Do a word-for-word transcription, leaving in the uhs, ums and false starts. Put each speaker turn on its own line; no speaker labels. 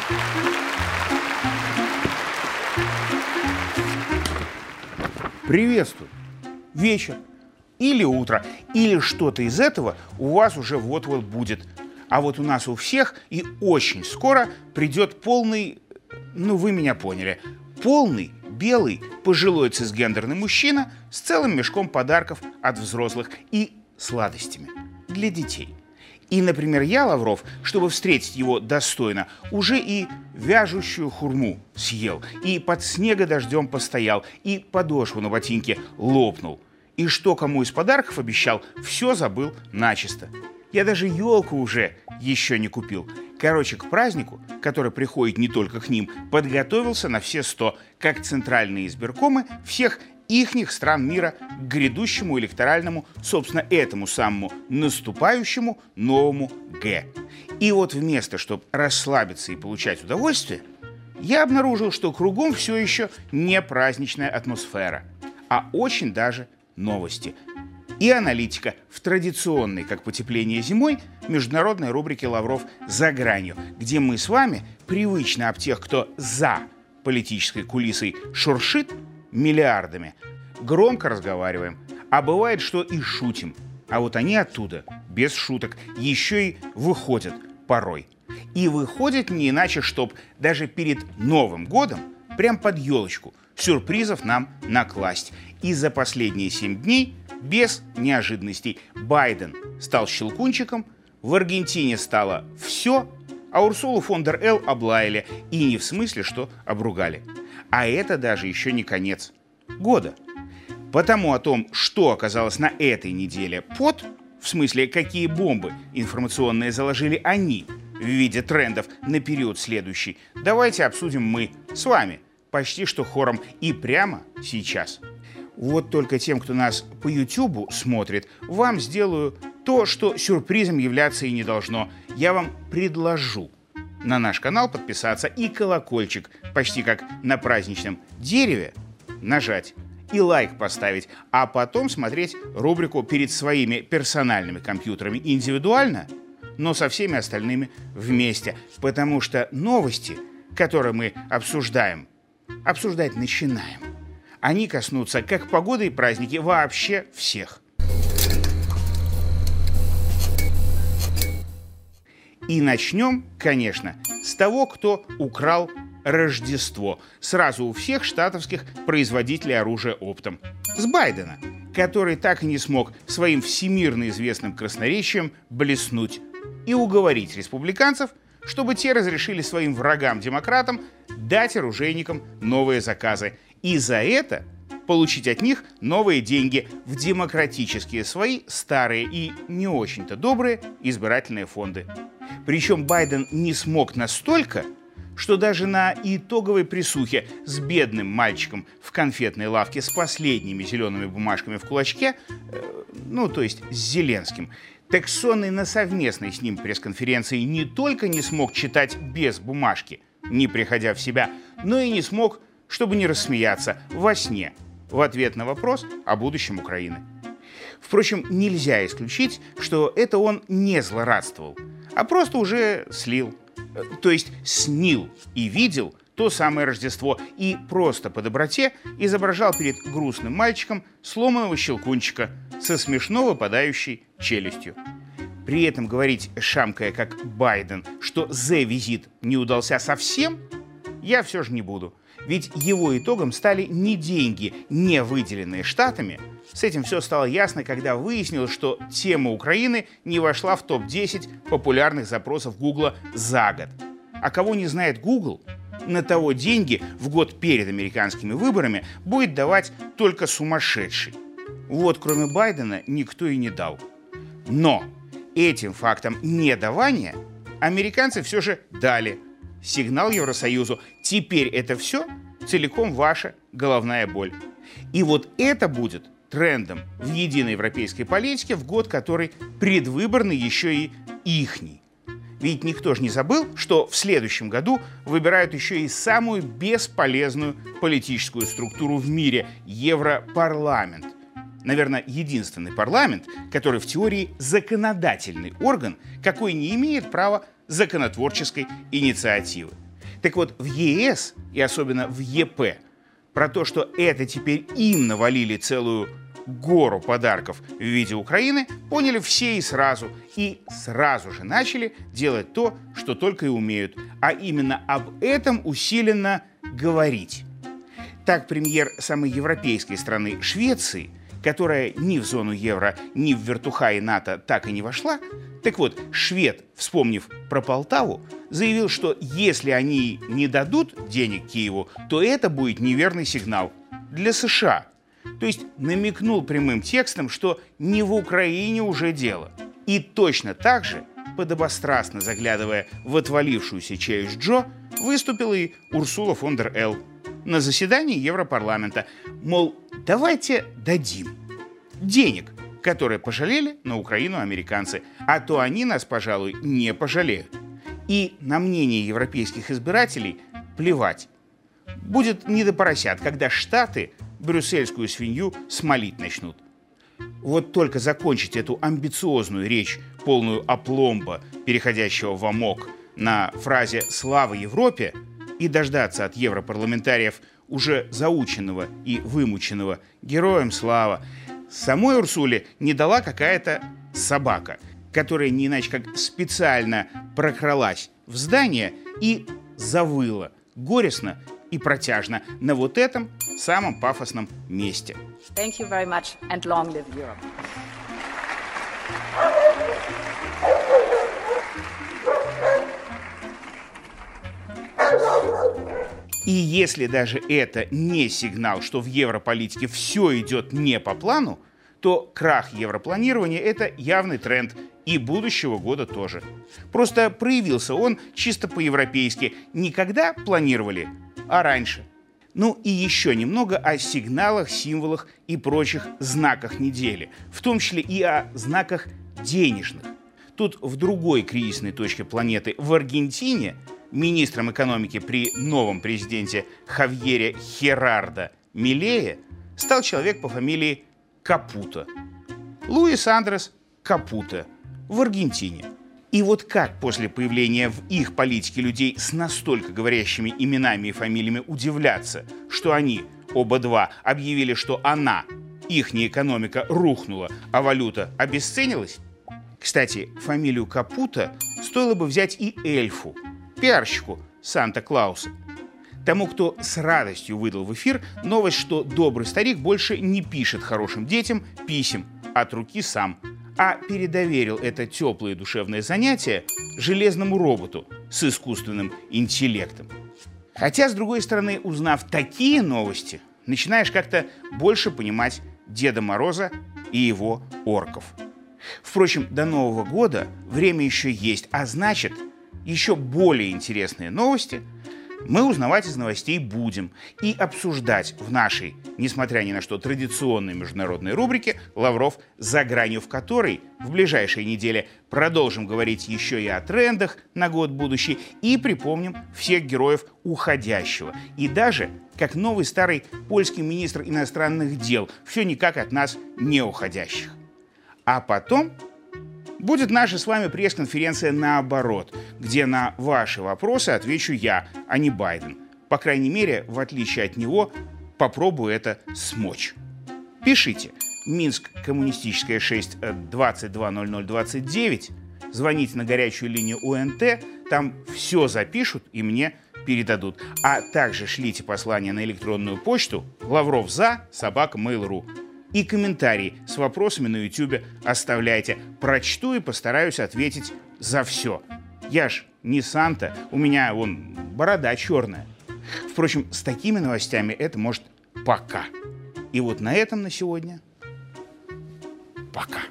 Приветствую. Вечер или утро, или что-то из этого у вас уже вот-вот будет. А вот у нас у всех и очень скоро придет полный, ну вы меня поняли, полный, белый, пожилой цисгендерный мужчина с целым мешком подарков от взрослых и сладостями для детей. И, например, я, Лавров, чтобы встретить его достойно, уже и вяжущую хурму съел, и под снегодождем постоял, и подошву на ботинке лопнул. И что кому из подарков обещал, все забыл начисто. Я даже елку уже еще не купил. Короче, к празднику, который приходит не только к ним, подготовился на все сто, как центральные избиркомы всех ихних стран мира к грядущему электоральному, собственно, этому самому наступающему новому Г. И вот вместо, чтобы расслабиться и получать удовольствие, я обнаружил, что кругом все еще не праздничная атмосфера, а очень даже новости. И аналитика в традиционной, как потепление зимой, международной рубрике «Лавров за гранью», где мы с вами, привычно об тех, кто за политической кулисой шуршит, миллиардами, громко разговариваем, а бывает, что и шутим. А вот они оттуда, без шуток, еще и выходят порой. И выходят не иначе, чтоб даже перед Новым годом прям под елочку сюрпризов нам накласть. И за последние семь дней без неожиданностей Байден стал щелкунчиком, в Аргентине стало все, а Урсулу фон дер Эл облаяли, и не в смысле, что обругали. А это даже еще не конец года. Потому о том, что оказалось на этой неделе под, в смысле, какие бомбы информационные заложили они в виде трендов на период следующий, давайте обсудим мы с вами почти что хором и прямо сейчас. Вот только тем, кто нас по Ютубу смотрит, вам сделаю то, что сюрпризом являться и не должно. Я вам предложу на наш канал подписаться и колокольчик, почти как на праздничном дереве, нажать и лайк поставить, а потом смотреть рубрику перед своими персональными компьютерами индивидуально, но со всеми остальными вместе. Потому что новости, которые мы обсуждаем, обсуждать начинаем, они коснутся как погоды и праздники вообще всех. И начнем, конечно, с того, кто украл Рождество. Сразу у всех штатовских производителей оружия оптом. С Байдена, который так и не смог своим всемирно известным красноречием блеснуть и уговорить республиканцев, чтобы те разрешили своим врагам-демократам дать оружейникам новые заказы. И за это получить от них новые деньги в демократические свои старые и не очень-то добрые избирательные фонды. Причем Байден не смог настолько, что даже на итоговой присухе с бедным мальчиком в конфетной лавке с последними зелеными бумажками в кулачке, э, ну, то есть с Зеленским, так сонный на совместной с ним пресс-конференции не только не смог читать без бумажки, не приходя в себя, но и не смог, чтобы не рассмеяться, во сне в ответ на вопрос о будущем Украины. Впрочем, нельзя исключить, что это он не злорадствовал, а просто уже слил. То есть снил и видел то самое Рождество и просто по доброте изображал перед грустным мальчиком сломанного щелкунчика со смешно выпадающей челюстью. При этом говорить, шамкая как Байден, что зе-визит не удался совсем, я все же не буду. Ведь его итогом стали не деньги, не выделенные Штатами. С этим все стало ясно, когда выяснилось, что тема Украины не вошла в топ десять популярных запросов Гугла за год. А кого не знает Google, на того деньги в год перед американскими выборами будет давать только сумасшедший. Вот кроме Байдена никто и не дал. Но этим фактом недавания американцы все же дали сигнал Евросоюзу. Теперь это все целиком ваша головная боль. И вот это будет трендом в единой европейской политике в год, который предвыборный еще и ихний. Ведь никто же не забыл, что в следующем году выбирают еще и самую бесполезную политическую структуру в мире – Европарламент. Наверное, единственный парламент, который в теории законодательный орган, какой не имеет права законотворческой инициативы. Так вот, в ЕС и особенно в ЕП про то, что это теперь им навалили целую гору подарков в виде Украины, поняли все и сразу. И сразу же начали делать то, что только и умеют. А именно об этом усиленно говорить. Так, премьер самой европейской страны Швеции, которая ни в зону евро, ни в вертухай НАТО так и не вошла, так вот, швед, вспомнив про Полтаву, заявил, что если они не дадут денег Киеву, то это будет неверный сигнал для США. То есть намекнул прямым текстом, что не в Украине уже дело. И точно так же, подобострастно заглядывая в отвалившуюся честь Джо, выступила и Урсула фон дер Эль на заседании Европарламента. Мол, давайте дадим денег, которые пожалели на Украину американцы, а то они нас, пожалуй, не пожалеют. И на мнение европейских избирателей плевать. Будет не до поросят, когда Штаты брюссельскую свинью смолить начнут. Вот только закончить эту амбициозную речь, полную опломба, переходящего в амок, на фразе «Слава Европе» и дождаться от европарламентариев уже заученного и вымученного «Героям слава», самой Урсуле не дала какая-то собака, которая не иначе как специально прокралась в здание и завыла горестно и протяжно на вот этом самом пафосном месте.
Thank you very much and long live Europe.
И если даже это не сигнал, что в европолитике все идет не по плану, то крах европланирования – это явный тренд и будущего года тоже. Просто проявился он чисто по-европейски. Не когда планировали, а раньше. Ну и еще немного о сигналах, символах и прочих знаках недели, в том числе и о знаках денежных. Тут в другой кризисной точке планеты, в Аргентине, министром экономики при новом президенте Хавьере Херардо Милее стал человек по фамилии Капуто. Луис Андрес Капуто в Аргентине. И вот как после появления в их политике людей с настолько говорящими именами и фамилиями удивляться, что они, оба два, объявили, что она, ихняя экономика, рухнула, а валюта обесценилась? Кстати, фамилию Капуто стоило бы взять и эльфу, пиарщику Санта-Клауса. Тому, кто с радостью выдал в эфир новость, что добрый старик больше не пишет хорошим детям писем от руки сам, а передоверил это теплое душевное занятие железному роботу с искусственным интеллектом. Хотя, с другой стороны, узнав такие новости, начинаешь как-то больше понимать Деда Мороза и его орков. Впрочем, до Нового года время еще есть, а значит, еще более интересные новости мы узнавать из новостей будем и обсуждать в нашей, несмотря ни на что, традиционной международной рубрике «Лавров за гранью», в которой в ближайшие недели продолжим говорить еще и о трендах на год будущий и припомним всех героев уходящего. И даже, как новый старый польский министр иностранных дел, все никак от нас не уходящих. А потом будет наша с вами пресс-конференция наоборот, где на ваши вопросы отвечу я, а не Байден. По крайней мере, в отличие от него, попробую это смочь. Пишите. Минск, Коммунистическая, шесть, двадцать два ноль ноль двадцать девять. Звоните на горячую линию УНТ, там все запишут и мне передадут. А также шлите послание на электронную почту лавровза собака мейл точка ру. И комментарии с вопросами на ютубе оставляйте. Прочту и постараюсь ответить за все. Я ж не Санта, у меня вон борода черная. Впрочем, с такими новостями это может пока. И вот на этом на сегодня пока.